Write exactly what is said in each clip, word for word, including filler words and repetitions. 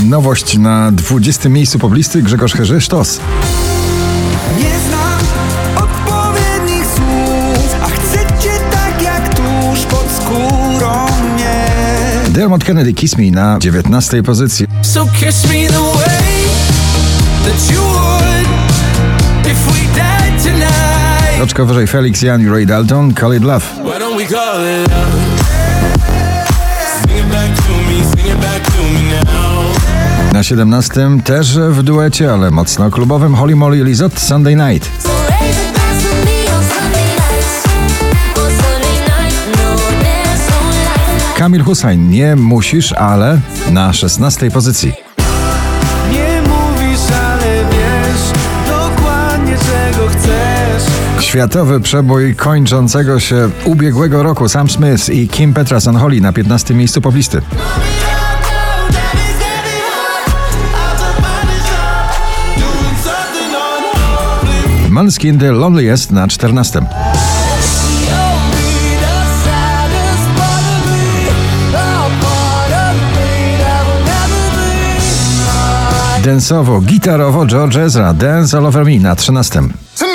Nowość na dwudziestym miejscu poblisty Grzegorz Herzy, Sztos. Nie znam odpowiednich słów, a chcę cię tak jak tuż pod skórą mnie. Dermot Kennedy, Kiss Me na dziewiętnastej pozycji. So kiss me the way that you would if we died tonight. Troszkę wyżej Felix Jan i Ray Dalton, Call It Love. Why don't we call it love? Sing it back to me, sing it back to me now. Na siedemnastym też w duecie, ale mocno klubowym Holly Molly Lizot, Sunday Night. Kamil Hussein, Nie musisz, ale na szesnastej pozycji. Nie mówisz, ale wiesz dokładnie czego chcesz. Światowy przebój kończącego się ubiegłego roku Sam Smith i Kim Petras Unholy na piętnastym miejscu poblisty. Måneskin The Loneliest na czternastym. Densowo, gitarowo George Ezra, Dance All Over Me na trzynastym.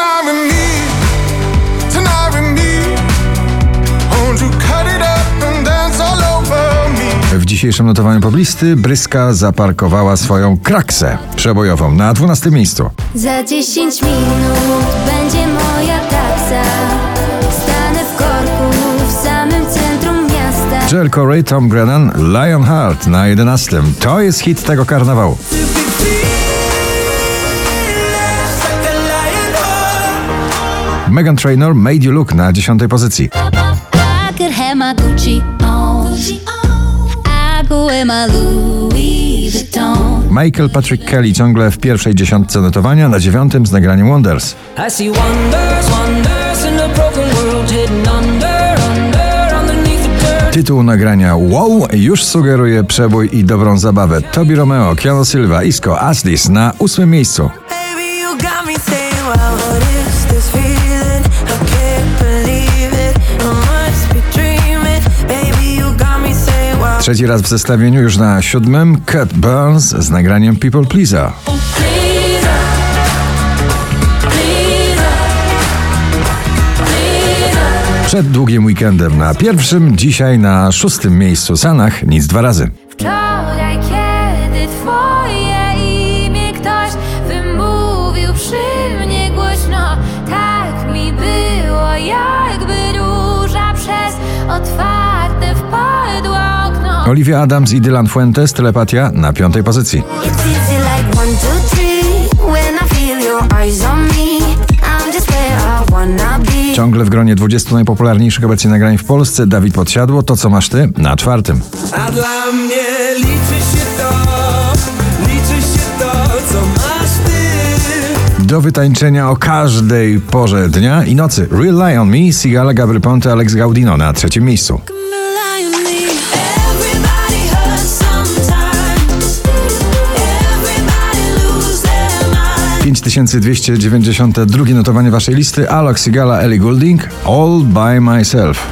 W dzisiejszym notowaniu poblisty Bryska zaparkowała swoją kraksę przebojową na dwunastym miejscu. Za dziesięć minut będzie moja taksa. Stanę w korku w samym centrum miasta. Joel Corey, Tom Grennan, Lionheart na jedenastym. To jest hit tego karnawału. Meghan Trainor, Made You Look na dziesiątej pozycji. Michael Patrick Kelly ciągle w pierwszej dziesiątce notowania, na dziewiątym z nagraniem Wonders. Tytuł nagrania Wow już sugeruje przebój i dobrą zabawę. Tobi Romeo, Keanu Silva, Isco, Aslis na ósmym miejscu. Trzeci raz w zestawieniu, już na siódmym, Cat Burns z nagraniem People Pleaser. Przed długim weekendem na pierwszym, dzisiaj na szóstym miejscu Sanach, Nic dwa razy. Wczoraj, kiedy twoje imię ktoś wymówił przy mnie głośno, tak mi było, jakby róża przez otwarte wpadła okno. Olivia Adams i Dylan Fuentes, Telepatia na piątej pozycji. Ciągle w gronie dwudziestu najpopularniejszych obecnie nagrań w Polsce Dawid Podsiadło, To co masz ty na czwartym. A dla mnie liczy się to, liczy się to, co masz ty. Do wytańczenia o każdej porze dnia i nocy. Rely on Me, Sigala, Gabry Ponte, Alex Gaudino na trzecim miejscu. pięć tysięcy dwieście dziewięćdziesiąte drugie notowanie waszej listy. Alok, Sigala, Ellie Goulding, All by Myself.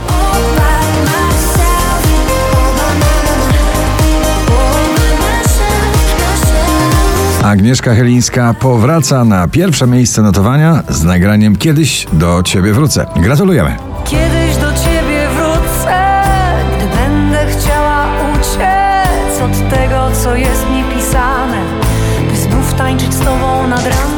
Agnieszka Chylińska powraca na pierwsze miejsce notowania z nagraniem Kiedyś do ciebie wrócę. Gratulujemy. Kiedyś do ciebie wrócę, gdy będę chciała uciec od tego, co jest mi pisane, by znów tańczyć z tobą nad ranem.